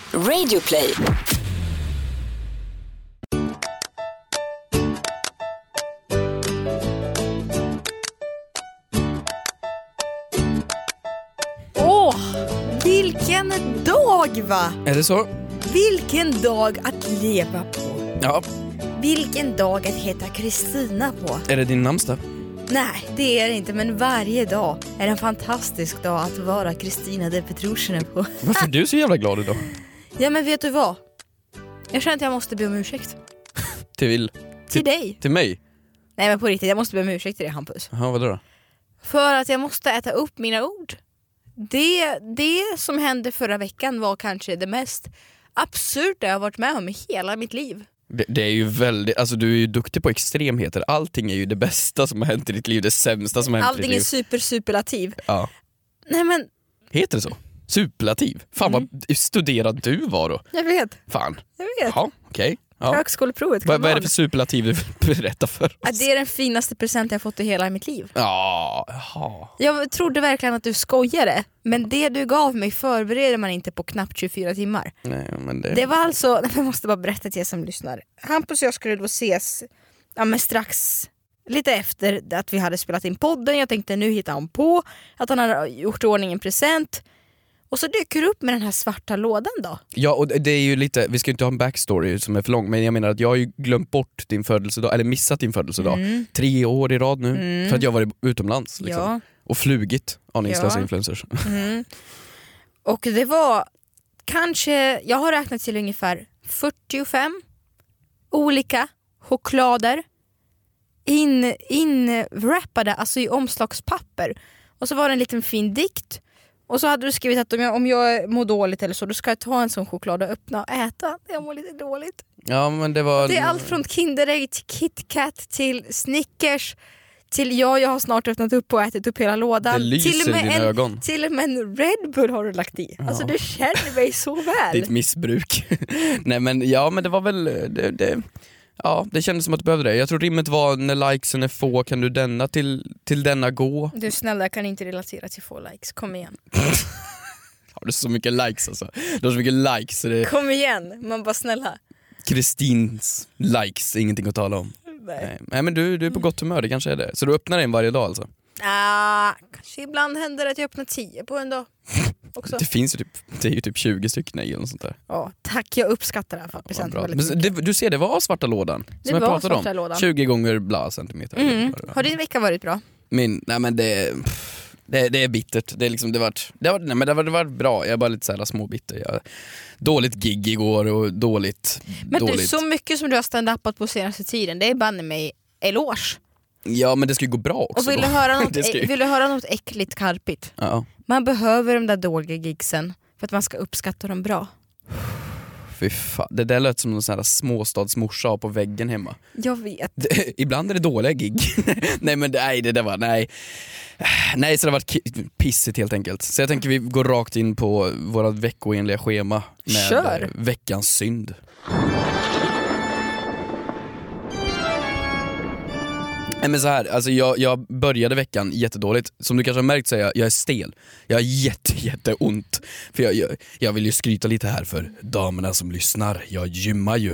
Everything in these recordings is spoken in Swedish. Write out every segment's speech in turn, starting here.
Radioplay. Vilken dag, va? Är det så? Vilken dag att leva på. Ja. Vilken dag att heta Kristina på. Är det din namnsdag? Nej, det är det inte, men varje dag är en fantastisk dag att vara Kristina de Petrushina på. Varför är du så jävla glad idag? Ja, men vet du vad? Jag känner att jag måste be om ursäkt. Till dig. Till mig? Nej, men på riktigt, jag måste be om ursäkt till dig, Hampus. Jaha, vadå då? För att jag måste äta upp mina ord. Det som hände förra veckan var kanske det mest absurda jag har varit med om i hela mitt liv. Det är ju väldigt, alltså du är ju duktig på extremheter. Allting är ju det bästa som har hänt i ditt liv, det sämsta som har hänt i ditt liv. Allting är superlativ. Ja. Nej, men Heter det så? Superlativ? Fan vad studerad du var då. jag vet. Fan. Jag vet. Ja, okej. Ja. Högskoleprovet. Vad är det för superlativ du berättar för oss? Att det är den finaste present jag fått i hela mitt liv. Ja, jaha. Jag trodde verkligen att du skojade, men det du gav mig förbereder man inte på knappt 24 timmar. Nej, men det... Det var alltså, jag måste bara berätta till er som lyssnar. Hampus och jag skulle då ses men strax lite efter att vi hade spelat in podden. Jag tänkte nu hittar han på att han hade gjort ordning en present. Och så dyker du upp med den här svarta lådan då. Ja, och det är ju lite, vi ska inte ha en backstory som är för lång, men jag menar att jag har ju glömt bort din födelsedag, eller missat din födelsedag 3 år i rad nu, för att jag varit utomlands liksom. Ja. Och flugit aningslösa influencers. Och det var kanske, jag har räknat till ungefär 45 olika choklader inwrappade, alltså i omslagspapper. Och så var det en liten fin dikt. Och så hade du skrivit att om jag mår dåligt eller så, då ska jag ta en sån choklad och öppna och äta. Jag mår lite dåligt. Ja, men det var... Det är allt från Kinderägg till KitKat till Snickers till jag har snart öppnat upp och ätit upp hela lådan. Det lyser i dina ögon. Till och med en Red Bull har du lagt i. Alltså du känner mig så väl. Ditt missbruk. Nej men ja, men det var väl... Ja, det kändes som att du behövde det. Jag tror rimmet var när likesen är få kan du denna till denna gå. Du snälla, jag kan inte relatera till få likes. Kom igen. Har du så mycket likes alltså? Du har så mycket likes. Så det... Kom igen, man bara snälla. Kristins likes, ingenting att tala om. Nej, men du är på gott humör, det kanske är det. Så du öppnar en varje dag alltså? Kanske ibland händer det att jag öppnar 10 på en dag också. Det finns ju det är ju typ 20 stycken eller något sånt där. Ja, tack, jag uppskattar det här för presenten väldigt mycket. Du ser, det var svarta lådan som jag pratade om. Lådan. 20 gånger bla centimeter. Har din vecka varit bra? Nej men det är bittert. Det är liksom det var bra. Jag är bara lite så här småbitter. Jag dåligt gig igår och dåligt. Men du, så mycket som du har stand-upat på senaste tiden, det är banne mig eloge. Ja, men det ska ju gå bra också. Och vill du höra något äckligt karpigt? Ja. Man behöver de där dåliga gigsen för att man ska uppskatta dem bra. Fy fan, det där lät som någon sån här småstadsmorsa på väggen hemma. Jag vet. Ibland är det dåliga gig. Nej men det där var, nej, så det har varit pissigt helt enkelt. Så jag tänker vi går rakt in på våra veckoenliga schema med veckans synd. Nej men så här, alltså jag började veckan jättedåligt. Som du kanske har märkt så är jag är stel. Jag har jätteont. För jag vill ju skryta lite här för damerna som lyssnar. Jag gymmar ju.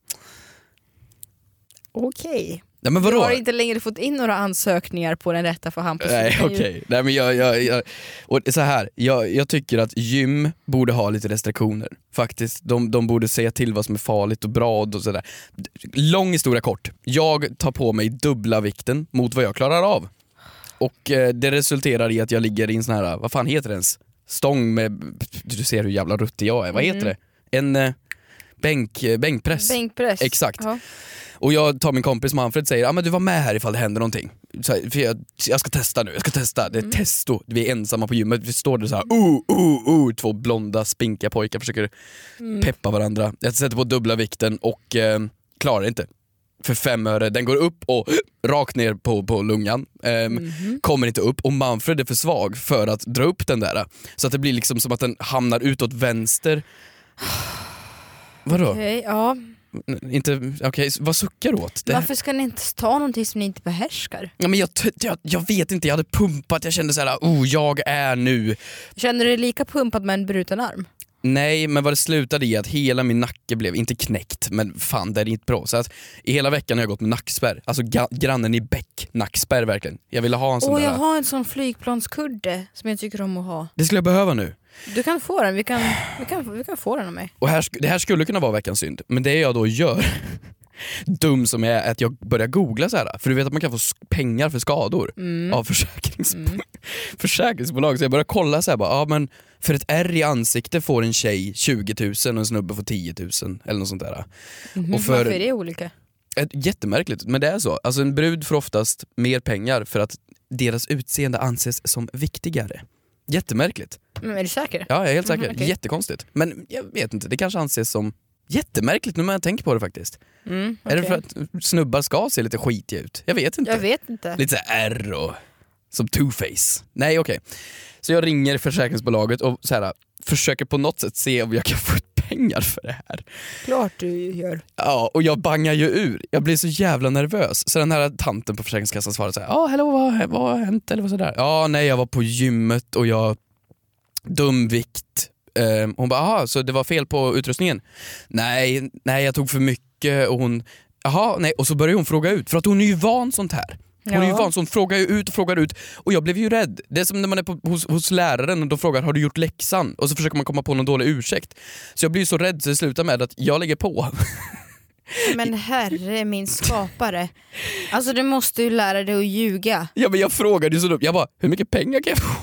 Okej. Nej, men vadå? Du har inte längre fått in några ansökningar på den rätta för Hampus. Nej, okej. Nej, men jag och så här, jag tycker att gym borde ha lite restriktioner. Faktiskt, de borde säga till vad som är farligt och bra och sådär. Lång historia kort. Jag tar på mig dubbla vikten mot vad jag klarar av. Och det resulterar i att jag ligger i en sån här, vad fan heter det ens? Stång med, du ser hur jävla ruttig jag är. Vad heter det? En bänkpress. Bänkpress. Exakt. Ja. Och jag tar min kompis Manfred och säger men du var med här ifall det händer någonting. Så här, för jag ska testa nu, det är testo. Vi är ensamma på gymmet, vi står där så här, två blonda spinkiga pojkar försöker peppa varandra. Jag sätter på dubbla vikten och klarar inte. För 5 öre, den går upp och rakt ner på lungan. Kommer inte upp och Manfred är för svag för att dra upp den där. Så att det blir liksom som att den hamnar utåt vänster. Vadå? Okej, ja. Okej, vad suckar du åt? Varför ska ni inte ta någonting som ni inte behärskar? Ja, men jag vet inte, jag hade pumpat, jag kände så här, jag är nu. Känner du dig lika pumpad med en bruten arm? Nej, men vad det slutade i att hela min nacke blev inte knäckt, men fan det är inte bra. Så att i hela veckan har jag gått med nackspärr. Alltså grannen i bäck, nackspärr verkligen. Jag ville ha en sån där. Jag har en sån flygplanskudde som jag tycker om att ha. Det skulle jag behöva nu. Du kan få den, vi kan få den av mig. Och det här skulle kunna vara veckans synd, men det jag då gör dum som jag är att jag börjar googla så här, för du vet att man kan få pengar för skador av försäkringsbolag, så jag börjar kolla så här, bara, men för ett ärr i ansiktet får en tjej 20 000 och en snubbe får 10 000 eller något sånt där. Och varför är det olika? Jättemärkligt, men det är så. Alltså en brud får oftast mer pengar för att deras utseende anses som viktigare. Jättemärkligt. Men är du säker? Ja, jag är helt säker. Okay. Jättekonstigt. Men jag vet inte, det kanske anses som jättemärkligt nu när jag tänker på det faktiskt. Okay. Är det för att snubbar ska se lite skitiga ut? Jag vet inte. Lite så här ärr och som Two-Face. Nej, okej. Så jag ringer försäkringsbolaget och så här, försöker på något sätt se om jag kan få pengar för det här. Klart du gör. Ja, och jag bangar ju ur. Jag blir så jävla nervös. Så den här tanten på Försäkringskassan svarade så här: hallå, vad har hänt? Eller vad sådär. Ja, nej, jag var på gymmet och jag dumvikt. Hon bara, så det var fel på utrustningen? Nej, jag tog för mycket. Och hon, nej. Och så började hon fråga ut, för att hon är ju van sånt här. Hon är ju van, så hon frågar ju ut och jag blev ju rädd. Det är som när man är hos läraren och de frågar, har du gjort läxan? Och så försöker man komma på någon dålig ursäkt. Så jag blir så rädd så det slutar med att jag lägger på. Men herre min skapare. Alltså du måste ju lära dig att ljuga. Ja, men jag frågade ju så dumt. Jag bara, hur mycket pengar kan jag få?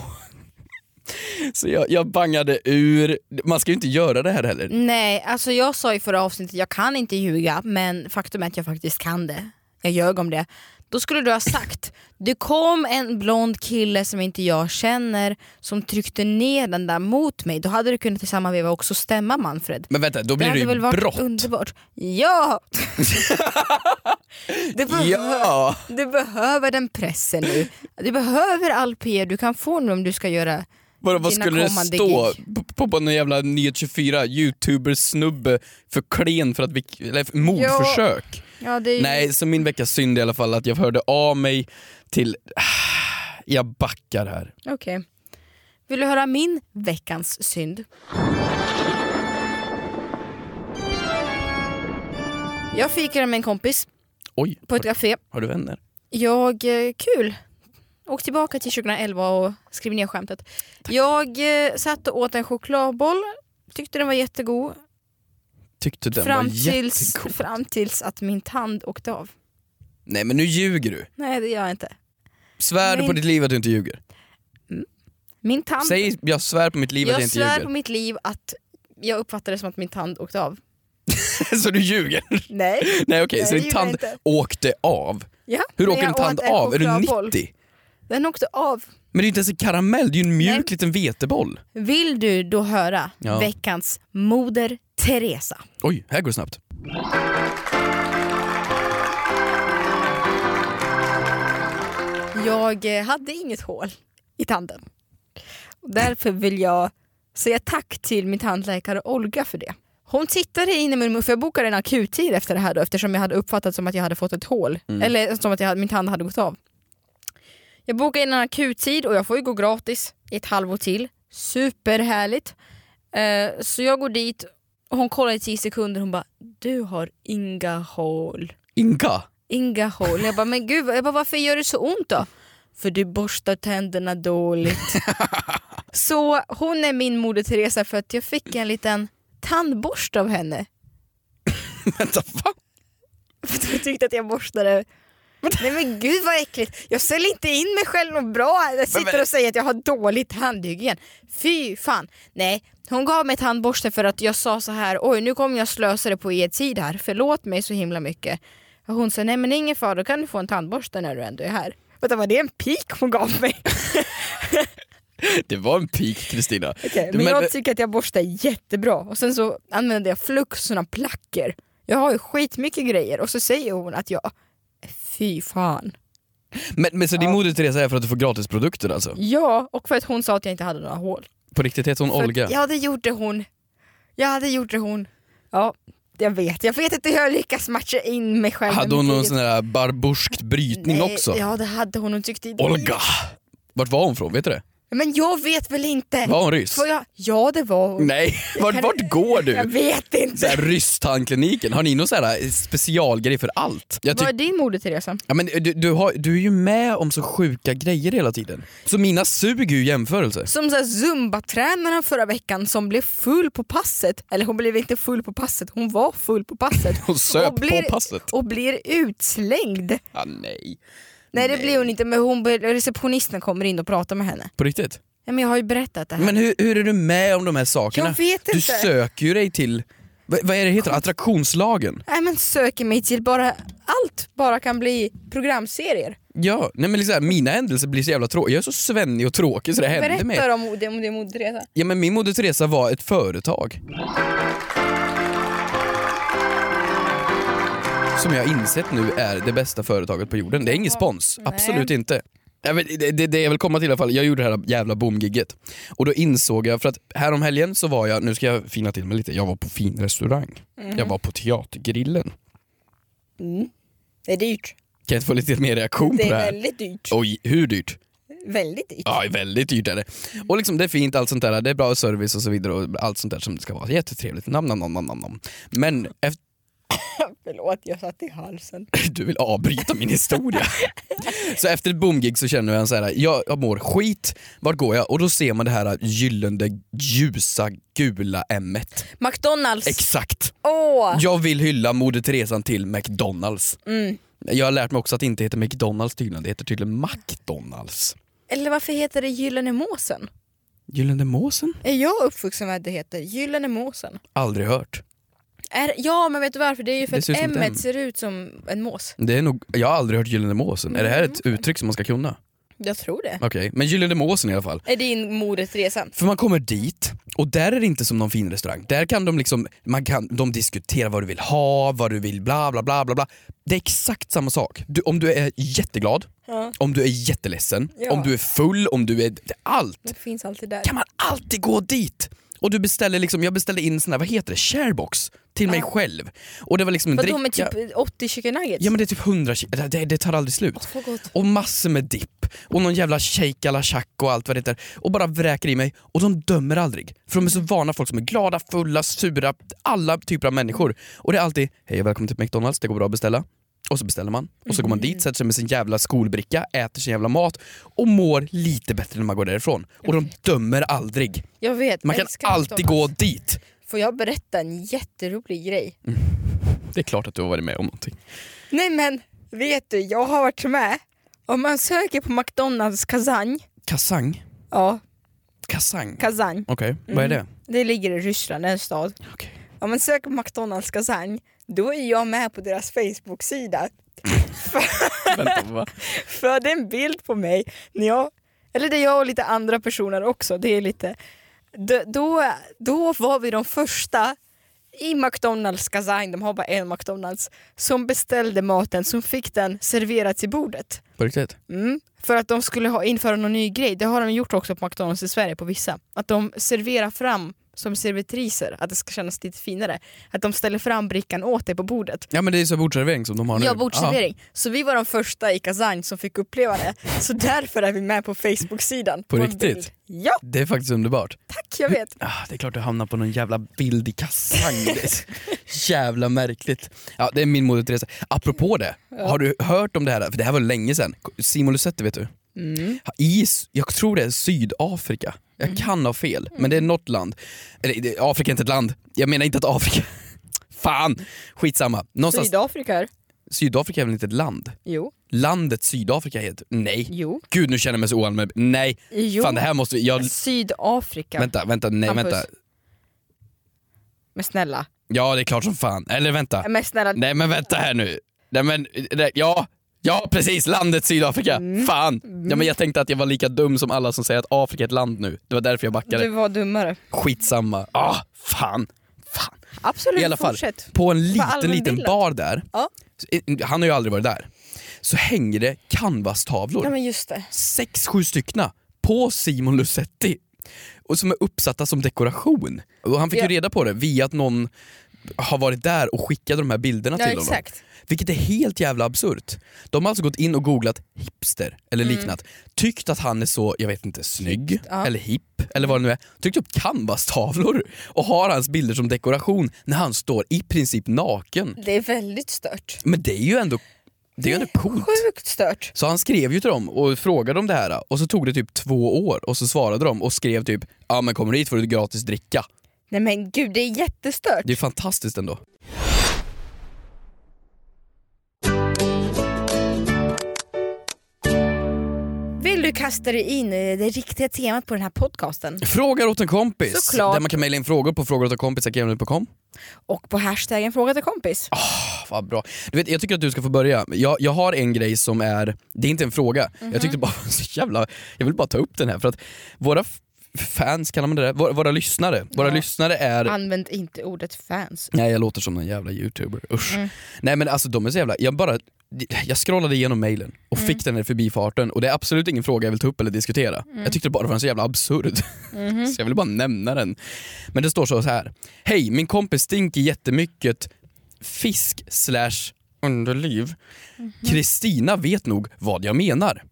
Så jag bangade ur. Man ska ju inte göra det här heller. Nej, alltså jag sa i förra avsnittet, jag kan inte ljuga, men faktum är att jag faktiskt kan det. Jag ljög om det. Då skulle du ha sagt, det kom en blond kille som inte jag känner som tryckte ner den där mot mig. Då hade du kunnat i samma veva också stämma Manfred. Men vänta, då blir det ju väl varit brott. Underbart. Ja! Du behöver den pressen nu. Du behöver all PR du kan få nu om du ska göra. Vad skulle det stå på någon jävla Nyhet 24 YouTuber-snubbe för klen för att mordförsök? Ja, det är ju... Nej, så min veckas synd i alla fall att jag hörde av mig till... Jag backar här. Okej. Vill du höra min veckans synd? Jag fikade med en kompis. Oj, på ett café. Har du vänner? Kul. Åk tillbaka till 2011 och skriv ner skämtet. Tack. Jag satt och åt en chokladboll. Tyckte den var jättegod. Tyckte den var jättegod? Fram tills att min tand åkte av. Nej, men nu ljuger du. Nej, det gör jag inte. Svär du på ditt liv att du inte ljuger? Min tand... Säg, jag svär på mitt liv att jag inte ljuger. Jag svär på mitt liv att jag uppfattade det som att min tand åkte av. Så du ljuger? Nej. Nej, okej, så din tand åkte av? Ja. Hur åker en tand av? Är du 90? Den åkte av. Men det är inte ens en karamell, det är ju en mjuk liten veteboll. Vill du då höra veckans Moder Teresa? Oj, här går det snabbt. Jag hade inget hål i tanden. Därför vill jag säga tack till min tandläkare Olga för det. Hon tittade in i min mun, för jag bokade en akuttid efter det här då, eftersom jag hade uppfattat som att jag hade fått ett hål. Eller som att min tand hade gått av. Jag bokade in en akuttid och jag får ju gå gratis i ett halvår till. Superhärligt. Så jag går dit och hon kollar i 10 sekunder. Hon bara, du har inga hål. Inga hål. Jag bara, men gud, varför gör det så ont då? För du borstar tänderna dåligt. Så hon är min Moder Teresa för att jag fick en liten tandborst av henne. Vänta, va? För att jag tyckte att jag borstade. Nej men gud vad äckligt. Jag säljer inte in mig själv något bra. Jag sitter och säger att jag har dålig tandhygien. Fy fan. Nej, hon gav mig tandborste för att jag sa så här: oj, nu kommer jag slösa det på er tid här. Förlåt mig så himla mycket. Och hon sa, nej men ingen fara, då kan du få en tandborste när du ändå är här. Vänta, var det en pik hon gav mig? Det var en pik, Kristina. Okay, men jag tycker att jag borstar jättebra. Och sen så använde jag Flux såna placker. Jag har ju skitmycket grejer. Och så säger hon att jag... Fy fan. Men så din Moder Teresa är för att du får gratisprodukter alltså? Ja, och för att hon sa att jag inte hade några hål. På riktigt heter hon Olga? Ja, det gjorde hon. Ja, jag vet inte hur jag lyckas matcha in mig själv. Hade hon någon sån där barburskt brytning? Nej, också? Ja, det hade hon tyckte. Olga! Vart var hon från, vet du det? Men jag vet väl inte. Var hon ryss? Ja, det var hon. Nej, vart går du? Jag vet inte. Så här, rysstandkliniken, har ni någon så här specialgrej för allt? Vad är din Moder Teresa? Ja, men du är ju med om så sjuka grejer hela tiden. Så mina suger ju jämförelse. Som så här Zumba-tränaren förra veckan som blev full på passet. Eller hon blev inte full på passet, hon var full på passet. Hon söp på passet. Och blir utslängd. Ja, nej. Nej, det blir hon inte, men receptionisten kommer in och pratar med henne. På riktigt? Ja, men jag har ju berättat det här. Men hur är du med om de här sakerna? Jag vet inte. Du söker ju dig till, vad är det heter? Attraktionslagen? Nej, men söker mig till allt bara kan bli programserier. Ja, nej men liksom, mina händelser blir så jävla tråkiga. Jag är så svennig och tråkig så det händer mig. Berätta om din Moder Teresa. Ja, men min Moder Teresa var ett företag. Som jag har insett nu är det bästa företaget på jorden. Det är ingen spons, absolut inte. Det jag vill komma till i alla fall, jag gjorde det här jävla boomgigget. Och då insåg jag, för att här om helgen så var jag, nu ska jag fina till mig lite, jag var på fin restaurang. Jag var på Teatergrillen. Det är dyrt. Kan jag få lite mer reaktion på det här? Det är väldigt dyrt. Oj, hur dyrt? Väldigt dyrt. Ja, väldigt dyrt är det. Och liksom det är fint, allt sånt där, det är bra service och så vidare och allt sånt där som det ska vara. Jättetrevligt, nam. Men efter... Förlåt, jag satt i halsen. Du vill avbryta min historia. Så efter ett boomgig så känner jag så här, jag mår skit, vart går jag? Och då ser man det här gyllene, ljusa, gula M-et. McDonalds. Exakt. Åh. Jag vill hylla Moder Teresan till McDonalds. Jag har lärt mig också att det inte heter McDonalds tydligen, det heter tydligen McDonalds. Eller varför heter det Gyllene Måsen? Gyllene Måsen? Är jag uppvuxen med att det heter Gyllene Måsen? Aldrig hört. Ja, men vet du varför? Det är ju för att M ser ut som en mås. Det är nog, jag har aldrig hört Gyllene Måsen. Är det här ett uttryck som man ska kunna? Jag tror det. Okej, men Gyllene Måsen i alla fall. Är din Moder Teresa? För man kommer dit och där är det inte som någon fin restaurang. Där kan de liksom, de diskutera vad du vill ha, vad du vill bla bla bla bla bla. Det är exakt samma sak. Om du är jätteglad, om du är jätteledsen, om du är full, om du är allt. Det finns alltid där. Kan man alltid gå dit. Och du beställer liksom, jag beställde in sån här, vad heter det, sharebox till mig själv. Och det var liksom en dricka. Med typ 80 chicken nuggets? Ja, men det är typ 100 det tar aldrig slut. Och massor med dipp och någon jävla shake alla chack och allt vad det heter. Och bara vräker i mig och de dömer aldrig. För de är så vana folk som är glada, fulla, sura, alla typer av människor. Och det är alltid, hej och välkommen till McDonalds, det går bra att beställa. Och så beställer man. Och så går man dit, sätter sig med sin jävla skolbricka, äter sin jävla mat och mår lite bättre när man går därifrån. Och de dömer aldrig. Jag vet. Man kan alltid gå dit. Får jag berätta en jätterolig grej? Det är klart att du har varit med om någonting. Nej, men vet du, jag har varit med. Om man söker på McDonalds Kazan. Kazan? Ja. Kazan? Okej, vad är det? Det ligger i Ryssland, en stad. Okay. Om man söker på McDonalds Kazan, då är jag med på deras Facebook-sida. För det är en bild på mig när det är jag och lite andra personer också. Det är lite då var vi de första i McDonalds Kazan, de har bara en McDonalds, som beställde maten, som fick den serverat till bordet. På riktigt? För att de skulle införa någon ny grej. Det har de gjort också på McDonalds i Sverige på vissa. Att de serverar fram som servitriser, att det ska kännas lite finare. Att de ställer fram brickan åt dig på bordet. Ja, men det är så bordservering som de har nu. Ja, bordservering. Aha. Så vi var de första i Kazan som fick uppleva det. Så därför är vi med på Facebook-sidan. På riktigt? Ja. Det är faktiskt underbart. Tack, jag vet. Det är klart du hamnar på någon jävla bild i Kazan. Det är jävla märkligt. Ja, det är min Moder Teresa. Apropå det, har du hört om det här? För det här var länge sedan. Simon Lusetti, vet du? Jag tror det är Sydafrika. Jag kan ha fel, men det är något land. Eller, Afrika är inte ett land. Jag menar inte att Afrika... Fan, skitsamma. Någonstans... Sydafrika är väl inte ett land? Jo. Landet Sydafrika heter... Nej. Jo. Gud, nu känner jag mig så oanmäld. Nej. Jo. Fan, det här måste vi... Sydafrika. Vänta, nej, Campus. vänta. Men snälla. Ja, det är klart som fan. Eller vänta. Men snälla. Nej, men vänta här nu. Nej, men... Ja, precis, landet Sydafrika. Fan. Ja, men jag tänkte att jag var lika dum som alla som säger att Afrika är ett land nu. Det var därför jag backade. Du var dummare. Skitsamma. Fan. Absolut, i alla fall, fortsätt. på en liten bar där. Ja. Han har ju aldrig varit där. Så hänger det canvas-tavlor. Ja, men just det. 6-7 styckna på Simon Lusetti. Och som är uppsatta som dekoration. Och han fick ju reda på det via att någon har varit där och skickade de här bilderna till honom. Vilket är helt jävla absurt. De har alltså gått in och googlat hipster eller liknat. Tyckt att han är så, jag vet inte, snygg eller hipp eller vad det nu är. Tryckt upp canvas-tavlor och har hans bilder som dekoration när han står i princip naken. Det är väldigt stört. Men det är ju ändå coolt. Sjukt stört. Så han skrev ju till dem och frågade om det här och så tog det typ 2 år och så svarade de och skrev typ men kommer du hit får du gratis dricka. Nej men gud, det är jättestört. Det är fantastiskt ändå. Vill du kasta dig in i det riktiga temat på den här podcasten? Frågar åt en kompis. Såklart. Där man kan mejla in frågor på frågaråtenkompis@gmail.com. Och på hashtaggen fråga till kompis. Vad bra. Du vet, jag tycker att du ska få börja. Jag har en grej som är, det är inte en fråga. Jag tyckte bara så jävla, jag vill bara ta upp den här för att våra fans, kallar man det där? Våra lyssnare. Våra lyssnare är... Använd inte ordet fans. Nej, jag låter som en jävla youtuber. Usch. Nej men alltså de är så jävla, jag scrollade igenom mailen och fick den här förbifarten och det är absolut ingen fråga jag vill ta upp eller diskutera. Jag tyckte bara det var så jävla absurd. Så jag ville bara nämna den. Men det står så här. Hej, min kompis stinker jättemycket fisk/underliv. Kristina vet nog vad jag menar.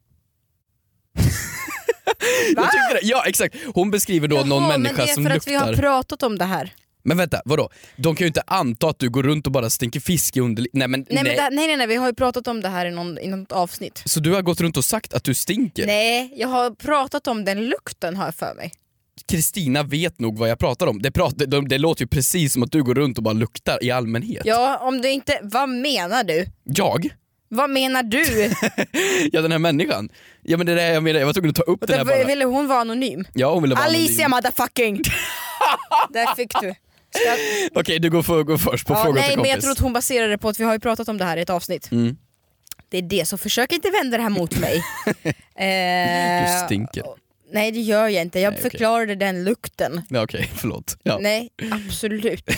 Jag tyckte det. Ja, exakt. Hon beskriver då någon människa som luktar. Men det är för att vi har pratat om det här. Men vänta, vadå? De kan ju inte anta att du går runt och bara stinker fisk i underliv. Nej, vi har ju pratat om det här i något avsnitt. Så du har gått runt och sagt att du stinker? Nej, jag har pratat om den lukten, har jag för mig. Kristina vet nog vad jag pratar om. Det låter ju precis som att du går runt och bara luktar i allmänhet. Ja, om du inte... Vad menar du? Jag? Vad menar du? Ja, den här människan. Ja, men det är det jag menar. Jag var tvungen att ta upp den här bara. Ville hon vara anonym? Ja, hon ville vara Alicia anonym. motherfucking! Där fick du. Okej, du går först på fråga till kompis. Nej, men jag tror att hon baserade det på att vi har ju pratat om det här i ett avsnitt. Det är det, så försök inte vända det här mot mig. Du stinker. Nej, det gör jag inte. Jag förklarade den lukten. Ja, okej, förlåt. Ja. Nej, absolut.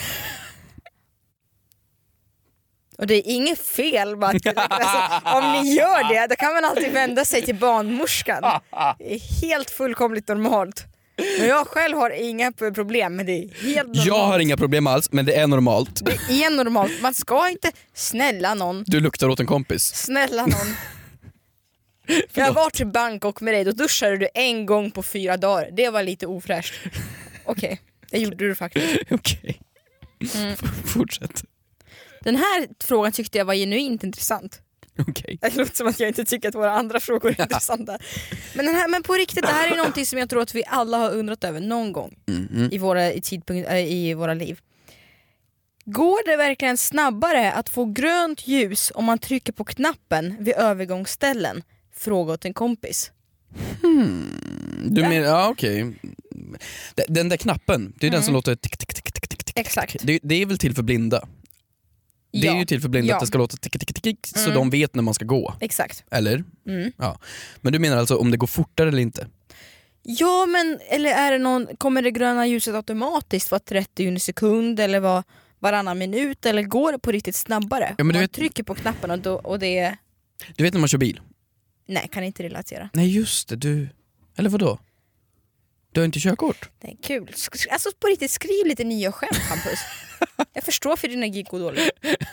Och det är inget fel, Martin. Alltså, om ni gör det, då kan man alltid vända sig till barnmorskan. Det är helt fullkomligt normalt. Men jag själv har inga problem, men det är helt normalt. Jag har inga problem alls, men det är normalt. Det är normalt, man ska inte snälla någon. Du luktar åt en kompis. Snälla någon. Jag var till Bangkok med dig, då duschade du 1 gång på 4 dagar. Det var lite ofräscht. Okej, det gjorde du faktiskt. Okej. Fortsätt. Den här frågan tyckte jag var genuint intressant. Okej. Det låter som att jag inte tycker att våra andra frågor är intressanta. Men på riktigt, det här är någonting som jag tror att vi alla har undrat över någon gång i våra liv. Går det verkligen snabbare att få grönt ljus om man trycker på knappen vid övergångsställen? Fråga åt en kompis. Du menar, ja okej. Den där knappen, det är den som låter tick tick tick tick tick. Exakt. Det är väl till för blinda. Det är ju till för blinda att det ska låta tick tick tick tick så de vet när man ska gå. Exakt. Eller? Ja. Men du menar alltså om det går fortare eller inte? Ja, men eller är det kommer det gröna ljuset automatiskt var 30 unisekund eller varannan minut, eller går det på riktigt snabbare? Ja, men man trycker på knappen och det... Du vet när man kör bil? Nej, kan inte relatera. Nej just det, du... Eller vadå? Du har inte körkort? Det är kul. Alltså på riktigt, skriv lite nya skämt, Hampus. Jag förstår för dina gig går dåligt.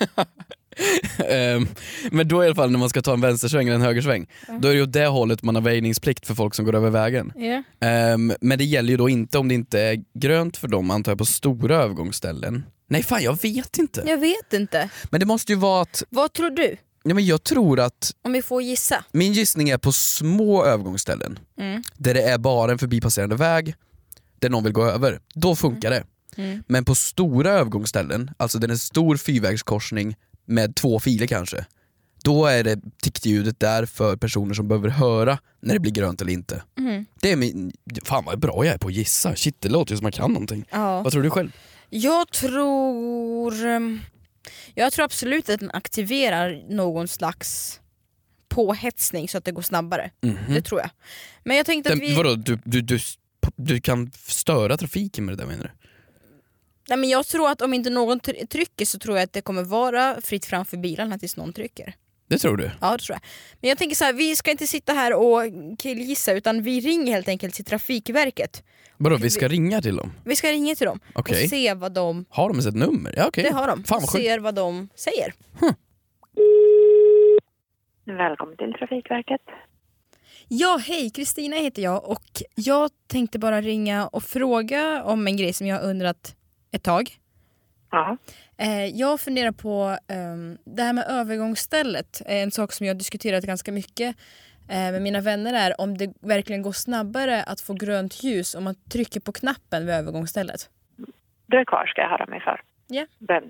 Men då i alla fall när man ska ta en vänstersväng eller en högersväng, då är det ju det hållet man har väjningsplikt för folk som går över vägen. Men det gäller ju då inte om det inte är grönt för dem, antar jag, på stora övergångsställen. Nej fan, jag vet inte. Jag vet inte. Men det måste ju vara att... Vad tror du? Ja, men jag tror att... Om vi får gissa. Min gissning är på små övergångsställen där det är bara en förbipasserande väg där någon vill gå över. Då funkar det. Men på stora övergångsställen, alltså den är en stor fyrvägskorsning med 2 filer kanske, då är det tickljudet där för personer som behöver höra när det blir grönt eller inte. Det är fan vad bra jag är på att gissa. Shit, det låter ju som man kan någonting. Vad tror du själv? Jag tror absolut att den aktiverar någon slags påhetsning så att det går snabbare. Det tror jag. Men jag tänkte att vadå, du kan störa trafiken med det där, menar du? Nej, men jag tror att om inte någon trycker så tror jag att det kommer vara fritt framför bilarna tills någon trycker. Det tror du? Ja, det tror jag. Men jag tänker så här, vi ska inte sitta här och killgissa utan vi ringer helt enkelt till Trafikverket. Vadå, vi ska ringa till dem? Vi ska ringa till dem och se vad de... Har de ett nummer? Ja, okej. Det har de. Fan vad sjukt. Ser vad de säger. Välkommen till Trafikverket. Ja, hej, Kristina heter jag och jag tänkte bara ringa och fråga om en grej som jag har undrat ett tag. Ja. Jag funderar på det här med övergångsstället. En sak som jag har diskuterat ganska mycket med mina vänner är om det verkligen går snabbare att få grönt ljus om man trycker på knappen vid övergångsstället. Du är kvar, ska jag höra mig för. Ja.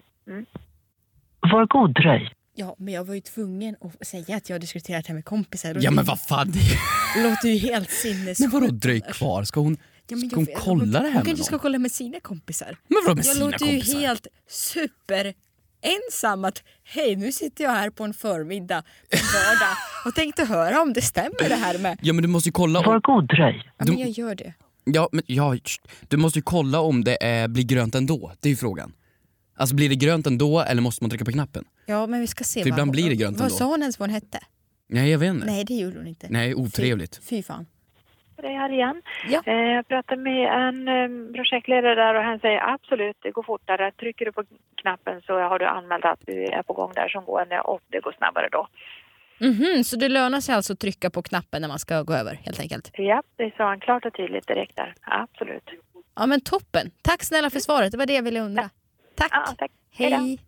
Var god dröj. Ja, men jag var ju tvungen att säga att jag har diskuterat det här med kompisar. Ja men vad fan, Det låter ju helt sinnessjukt. men vadå dröj kvar? Ska hon kolla det här med Hon kanske någon? ska kolla med sina kompisar. Men vadå med Jag sina låter kompisar? ju helt super ensam att hej, nu sitter jag här på en förmiddag på en vardag och tänkte höra om det stämmer det här med... Ja men du måste ju kolla Var god dröj. Ja, men jag gör det. Du måste ju kolla om det blir grönt ändå. Det är ju frågan. Alltså blir det grönt ändå eller måste man trycka på knappen? Ja, men vi ska se. För ibland blir det grönt vad ändå. sa hon ens vad hon hette? Nej, jag vet inte. Nej, det gjorde hon inte. Nej, otrevligt. Fy fan. Det är här igen. Ja. Jag pratade med en projektledare där och han säger absolut, det går fortare. Trycker du på knappen så har du anmält att du är på gång där som gående och det går snabbare då. Så det lönar sig alltså att trycka på knappen när man ska gå över helt enkelt? Ja, det sa han klart och tydligt direkt där. Absolut. Ja, men toppen. Tack snälla för svaret. Det var det jag ville undra. Tack. Ja, tack. Hej.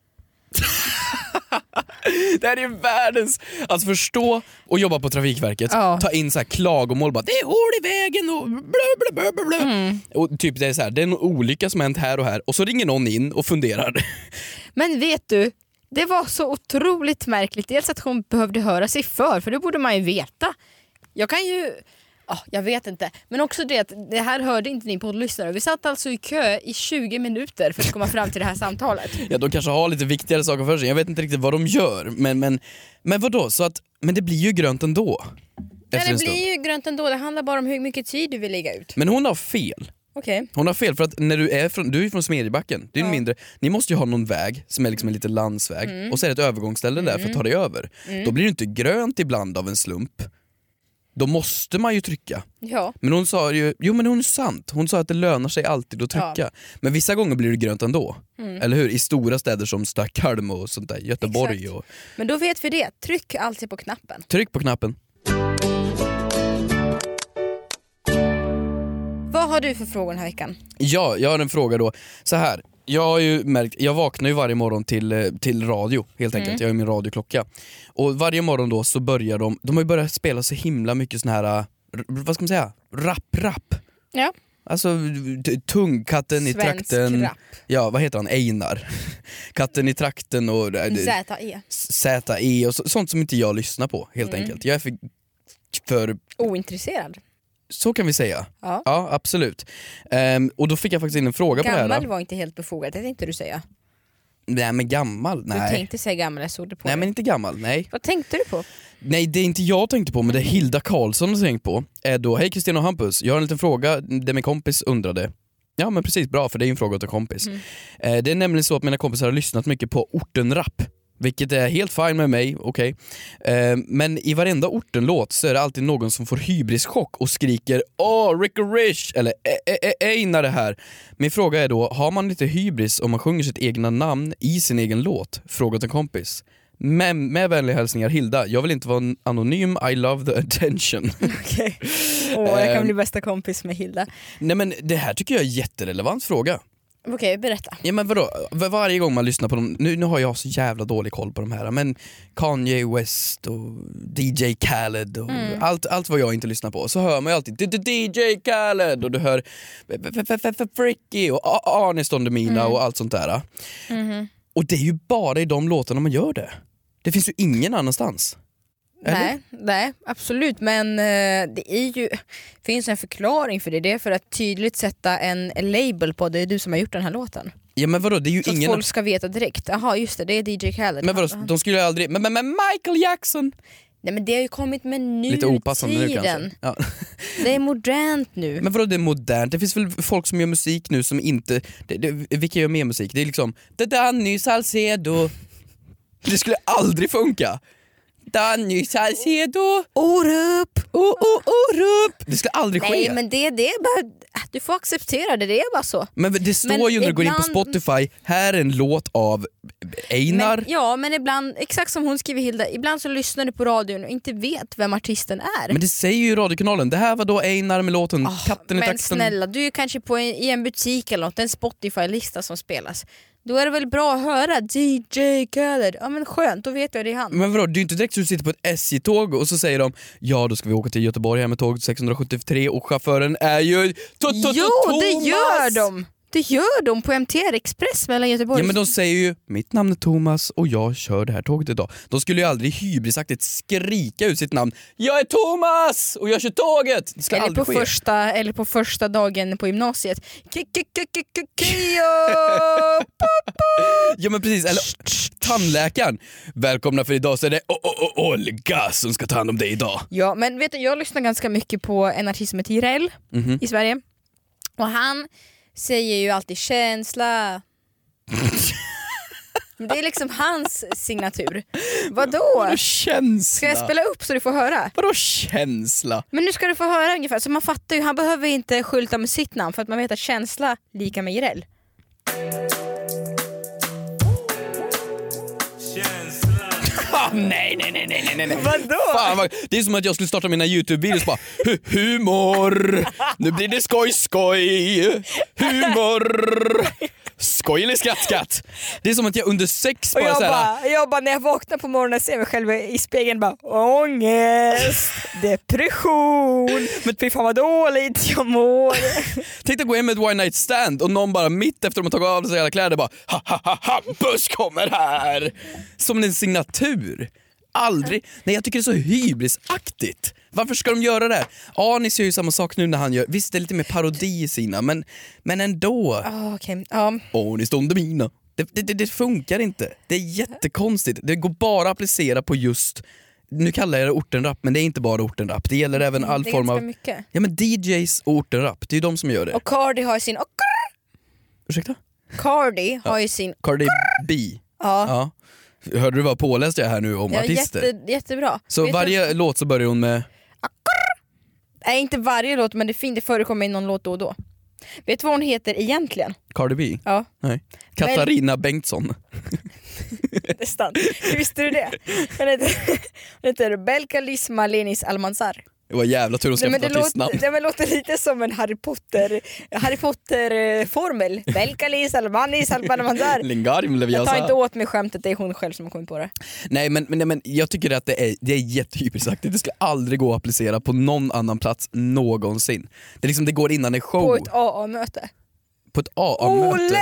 Det här är världens... Alltså förstå och jobba på Trafikverket. Ja. Ta in så här klagomål bara, det är hål i vägen och bla bla bla bla. Och typ det är så här, det är en olycka som hänt här och här. Och så ringer någon in och funderar. Men vet du, det var så otroligt märkligt. Dels att hon behövde höra sig för det borde man ju veta. Jag kan ju... jag vet inte. Men också det att det här hörde inte ni poddlyssnare. Vi satt alltså i kö i 20 minuter för att komma fram till det här samtalet. Ja, de kanske har lite viktigare saker för sig. Jag vet inte riktigt vad de gör. Men vadå? Så att, men det blir ju grönt ändå. Nej, det blir ju grönt ändå. Det handlar bara om hur mycket tid du vill lägga ut. Men hon har fel. Okej. Hon har fel för att när du är från Smedjebacken, det är mindre, ni måste ju ha någon väg som är liksom en liten landsväg och så är det ett övergångsställe där för att ta dig över. Då blir det inte grönt ibland av en slump. Då måste man ju trycka. Ja. Men hon sa ju, men hon är sant. Hon sa att det lönar sig alltid att trycka. Ja. Men vissa gånger blir det grönt ändå. Eller hur? I stora städer som Stockholm och sånt där, Göteborg. Exakt. Och... Men då vet vi det. Tryck alltid på knappen. Tryck på knappen. Vad har du för frågor den här veckan? Ja, jag har en fråga då. Så här. Jag har ju märkt, jag vaknar ju varje morgon till radio helt enkelt. Jag har ju min radioklocka. Och varje morgon då så börjar de har ju börjat spela så himla mycket sån här, vad ska man säga, rap. Ja. Alltså Tungkatten i Svensk trakten. rap. Ja, vad heter han? Einar. Katten i trakten och ZE och sånt som inte jag lyssnar på helt enkelt. Jag är för Ointresserad. så kan vi säga. Ja. Ja, absolut. Och då fick jag faktiskt in en fråga på det här. Gammal var inte helt befogat, det tänkte du säga. Nej men gammal, nej. Du tänkte säga gammal, jag såg det på Nej dig. men inte gammal, nej. Vad tänkte du på? Nej, det är inte jag tänkte på, men det är Hilda Karlsson har tänkt på. Är då, hej Kristina och Hampus, jag har en liten fråga, det min kompis undrade. Ja men precis, bra, för det är ju en fråga till kompis. Det är nämligen så att mina kompisar har lyssnat mycket på ortenrap. Vilket är helt fine med mig, okej. Men i varenda ortenlåt så är det alltid någon som får hybrischock och skriker åh, Rick och Rish, eller Einar det här. Min fråga är då, har man lite hybris om man sjunger sitt egna namn i sin egen låt? Fråga till en kompis. Med vänliga hälsningar Hilda, jag vill inte vara anonym, I love the attention. Okej. Jag kan bli bästa kompis med Hilda. Nej men det här tycker jag är en jätterelevant fråga. Okej, berätta. Ja men vadå, varje gång man lyssnar på dem, nu har jag så jävla dålig koll på de här, men Kanye West och DJ Khaled och allt vad jag inte lyssnar på, så hör man ju alltid DJ Khaled och du hör Fricky och Anis Don Demina och allt sånt där. Och det är ju bara i de låtarna man gör det. Det finns ju ingen annanstans. Nej, absolut, men det är ju, finns en förklaring för det. Det är för att tydligt sätta en label på det är du som har gjort den här låten. Ja men vadå, det är ju så ingen... att folk ska veta direkt, jaha just det är DJ Khaled. Men vadå, de skulle ju aldrig... Men Michael Jackson! Nej men det har ju kommit med nutiden. Lite opassande nu kanske. Ja. Det är modernt nu. Men vadå det är modernt? Det finns väl folk som gör musik nu som inte... Vilka gör mer musik? Det är liksom... Det Danny Salcedo. Det skulle aldrig funka. Danny Salcedo. Orup! Orup. Det ska aldrig ske. Nej, men det är bara... Du får acceptera det, det är bara så. Men det står ju när du går in på Spotify, här är en låt av Einar. Men ibland, exakt som hon skriver Hilda, ibland så lyssnar du på radion och inte vet vem artisten är. Men det säger ju radiokanalen. Det här var då Einar med låten Katten i trakten. Men snälla, du är kanske i en butik eller något, en Spotify-lista som spelas. Då är det väl bra att höra DJ Khaled. Ja men skönt, då vet jag det är han. Men vadå, det är ju inte direkt så du sitter på ett SJ-tåg och så säger de ja då ska vi åka till Göteborg här med tåg 673 och chauffören är ju Thomas! Jo, det gör de! Det gör de på MTR Express mellan Göteborg. Ja men de säger ju mitt namn är Thomas och jag kör det här tåget idag. De skulle ju aldrig hybrisaktigt skrika ut sitt namn. Jag är Thomas och jag kör tåget! Det ska aldrig ske. Eller på första dagen på gymnasiet. Ja men precis, eller tandläkaren. Välkomna för idag så är det Olga som ska ta hand om dig idag. Ja men vet du, jag lyssnar ganska mycket på en artist som heter Jireel i Sverige. Och han säger ju alltid känsla. Det är liksom hans signatur. Vadå? Känsla? Ska jag spela upp så du får höra? Vadå känsla? Men nu ska du få höra ungefär. Så man fattar ju, han behöver inte skylta med sitt namn för att man vet att känsla lika med Jireel. Nej. Vadå? Fan, det är som att jag skulle starta mina YouTube-videos bara humor, nu blir det skoj, humor, skoj eller skatt. Det är som att jag under sex bara såhär. Jag bara när jag vaknar på morgonen ser mig själv i spegeln bara ångest, depression, men fy fan vad dåligt jag mår. Tänk att gå hem med ett one night stand och någon bara mitt efter de har tagit av sig alla kläder bara Hampus kommer här. Som en signatur. Aldrig. Nej, jag tycker det är så hybrisaktigt. Varför ska de göra det? Anis gör ju samma sak nu när han gör. Visst det är lite mer parodi i sina, men ändå. Anis de mina. Det funkar inte. Det är jättekonstigt. Det går bara att applicera på just, nu kallar jag det ortenrap, men det är inte bara ortenrap. Det gäller även all form av mycket. Ja men DJs och ortenrap, det är ju de som gör det. Och Cardi har sin Ursäkta? Cardi har ju sin Cardi B. Ja. Hörde du vad påläst jag här nu om artister? Jättebra. Så vet varje låt så börjar hon med Nej, inte varje låt, men det förekommer i någon låt då och då. Vet du vad hon heter egentligen? Cardi B? Ja. Nej. Katarina Bengtsson. Det är sant. Visste du det? Hon heter Belka Lisma Lenis Almanzar. Det var jävla tur att skaffa ett artistnamn. Det låter lite som en Harry Potter-formel. Belka Lisma Lenis Almanzar. Lingarim Leviosa. Jag tar inte åt mig skämtet, det är hon själv som har kommit på det. Nej men jag tycker att det är jättehypersaktigt. Det ska aldrig gå att applicera på någon annan plats någonsin. Det är liksom, det går innan en show. På ett AA-möte. På ett AA-möte? Ole!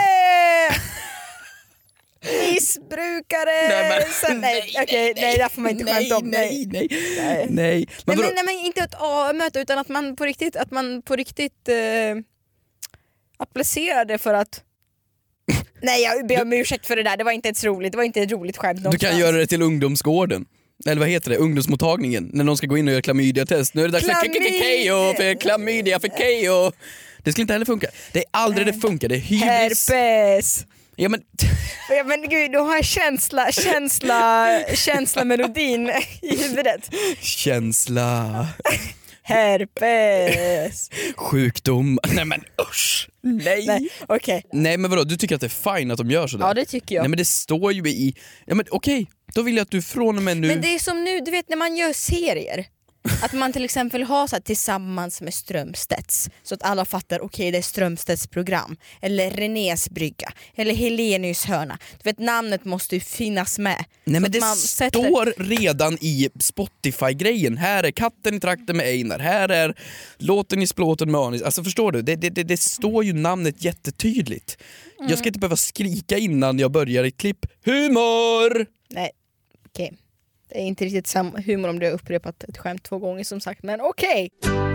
Missbrukare! Nej, där får man inte skämta om. Nej. Men inte ett A-möte utan att man på riktigt applicerar det för att nej, jag ber om ursäkt för det där. Det var inte ett roligt skämt någonstans. Du kan göra det till ungdomsgården. Eller vad heter det? Ungdomsmottagningen. När de ska gå in och göra klamydia-test. Nu är det dags för klamydia för KO. Det skulle inte heller funka. Det är aldrig det funkar. Det är hybris. Herpes. Ja men gud, du har känsla-melodin i huvudet. Känsla. Herpes. Sjukdom. Nej men usch. Nej. Okej. Nej men vadå, du tycker att det är fine att de gör sådär? Ja, det tycker jag. Nej men det står ju i. Ja men okej, då vill jag att du från och med nu. Men det är som nu, du vet när man gör serier. Att man till exempel har så här, tillsammans med Strömstedts, så att alla fattar okej, det är Strömstedts program, eller Renés brygga, eller Helenius hörna. Du vet, namnet måste ju finnas med. Nej men det står redan i Spotify-grejen. Här är Katten i trakten med Einar, här är Låten i splåten med Anis. Alltså förstår du, det står ju namnet jättetydligt. Jag ska inte behöva skrika innan jag börjar ett klipp. Humor! Nej, okej. Det är inte riktigt samma humor om du har upprepat ett skämt 2 gånger som sagt, men okej.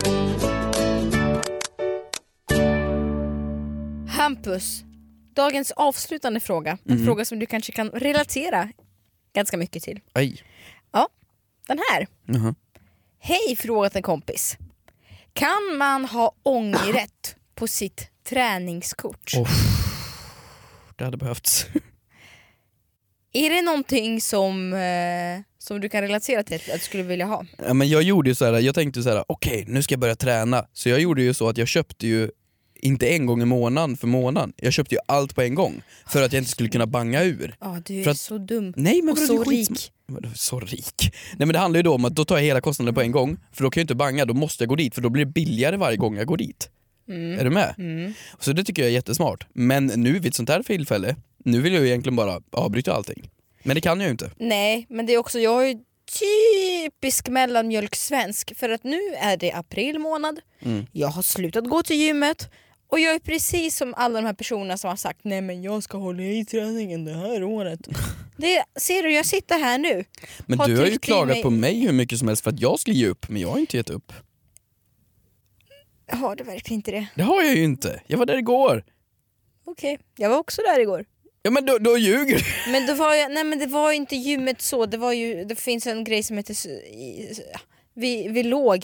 Hampus, dagens avslutande fråga. En fråga som du kanske kan relatera ganska mycket till. Aj. Ja, den här. Hej, frågat en kompis. Kan man ha ångerrätt på sitt träningskort? Det hade behövts. Är det någonting som som du kan relatera till att du skulle vilja ha? Ja, men jag gjorde ju så här, jag tänkte så här: okej, nu ska jag börja träna. Så jag gjorde ju så att jag köpte ju inte en gång i månaden för månaden. Jag köpte ju allt på en gång för att jag inte skulle kunna banga ur. Ja, du är För att- så dum. Nej, men Och vadå, så det är skitsm- rik. Vadå, så rik? Nej, men det handlar ju då om att då tar jag hela kostnaden på en gång. För då kan jag inte banga, då måste jag gå dit. För då blir det billigare varje gång jag går dit. Är du med? Så det tycker jag är jättesmart. Men nu vid ett sånt här tillfälle, nu vill jag ju egentligen bara avbryta allting. Men det kan jag ju inte. Nej, men det är också, jag är ju typisk mellanmjölksvensk. För att nu är det april månad. Jag har slutat gå till gymmet. Och jag är precis som alla de här personerna som har sagt nej men jag ska hålla i träningen det här året. Det, ser du, jag sitter här nu. Men du har ju tryckt i klagat på mig hur mycket som helst för att jag skulle ge upp. Men jag har inte gett upp. Har du verkligen inte det? Det har jag ju inte. Jag var där igår. Okej, jag var också där igår. Ja, men då ljuger du. Men då var jag, nej men det var ju inte gymmet så, det var ju, det finns en grej som heter vi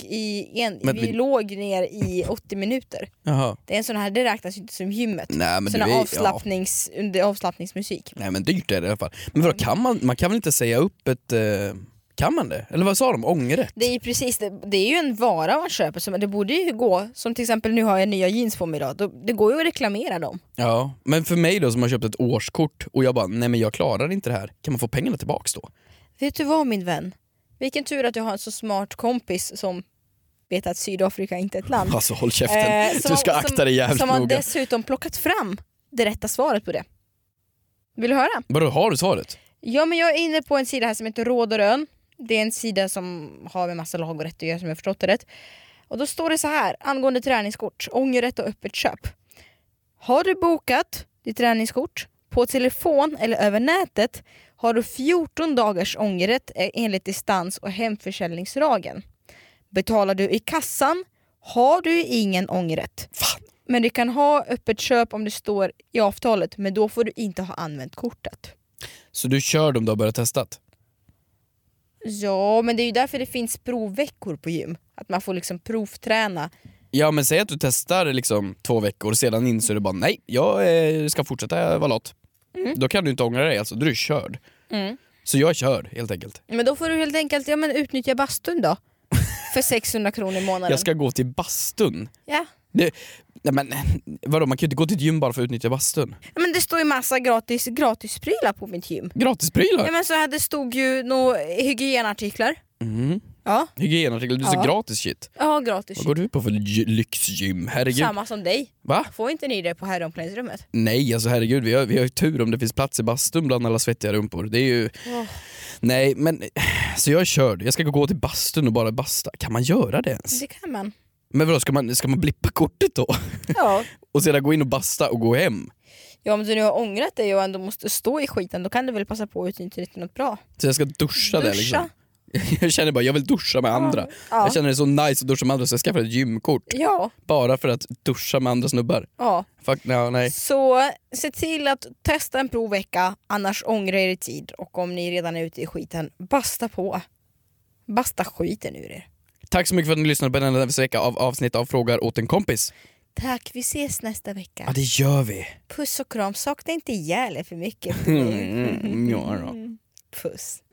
låg ner i 80 minuter. Jaha. Det är en sån här, det räknas ju inte som gymmet. Nej, men sån du här under avslappningsmusik. Nej, men dyrt är det i alla fall. Men vadå, kan man kan väl inte säga upp ett... Kan man det? Eller vad sa de? Ångerrätt? Det är ju precis det är ju en vara man köper, så det borde ju gå, som till exempel nu har jag nya jeans på mig idag, det går ju att reklamera dem. Ja, men för mig då som har köpt ett årskort och jag bara, nej men jag klarar inte det här. Kan man få pengarna tillbaks då? Vet du vad min vän? Vilken tur att jag har en så smart kompis som vet att Sydafrika inte är ett land. Alltså håll käften, du ska akta dig jävligt som har noga. dessutom plockat fram det rätta svaret på det. Vill du höra? Vadå, har du svaret? Ja, men jag är inne på en sida här som heter Råd och Rön. Det är en sida som har med massa lag och rätt att göra, som jag förstått det rätt. Och då står det så här angående träningskort, ångerrätt och öppet köp. Har du bokat ditt träningskort på telefon eller över nätet har du 14 dagars ångerrätt enligt distans- och hemförsäljningslagen. Betalar du i kassan har du ingen ångerrätt. Fan. Men du kan ha öppet köp om det står i avtalet, men då får du inte ha använt kortet. Så du kör dem du har börjat testat? Ja, men det är ju därför det finns provveckor på gym. Att man får liksom provträna. Ja, men säg att du testar liksom 2 veckor och sedan inser du bara, nej, jag ska fortsätta vara lat. Då kan du inte ångra dig, alltså, då är du körd. Så jag är körd, helt enkelt. Men då får du helt enkelt utnyttja bastun då. För 600 kronor i månaden. Jag ska gå till bastun. Ja. Nej, men vadå, man kan ju inte gå till ett gym bara för att utnyttja bastun. Ja, men det står ju massa gratisprylar på mitt gym. Gratisprylar? Ja, men så här, det stod ju några hygienartiklar. Ja. Hygienartiklar, det är så gratis shit. Ja, gratis. Vad går du på för lyxgym? Herregud. Samma som dig. Va? Får inte ni det på herromklädningsrummet? Nej, alltså herregud, vi har ju tur om det finns plats i bastun bland alla svettiga rumpor. Det är ju... Nej, men så jag är körd. Jag ska gå till bastun och bara basta. Kan man göra det ens? Det kan man. Men vadå, ska man blippa kortet då? Ja. Och sedan gå in och basta och gå hem? Ja, om du nu har ångrat dig och ändå måste stå i skiten, då kan du väl passa på att utnyttja det till något bra. Så jag ska duscha där liksom? Jag känner bara, jag vill duscha med andra. Ja. Jag känner det så nice att duscha med andra så jag skaffar ett gymkort. Ja. Bara för att duscha med andra snubbar. Ja. Fuck, no, nej. Så se till att testa en provvecka, annars ångra er i tid. Och om ni redan är ute i skiten, basta på. Basta skiten ur er. Tack så mycket för att ni lyssnade på denna vecka av avsnitt av Frågar åt en kompis. Tack, vi ses nästa vecka. Ja, det gör vi. Puss och kram, sakna inte ihjäl er för mycket. Ja då. Puss.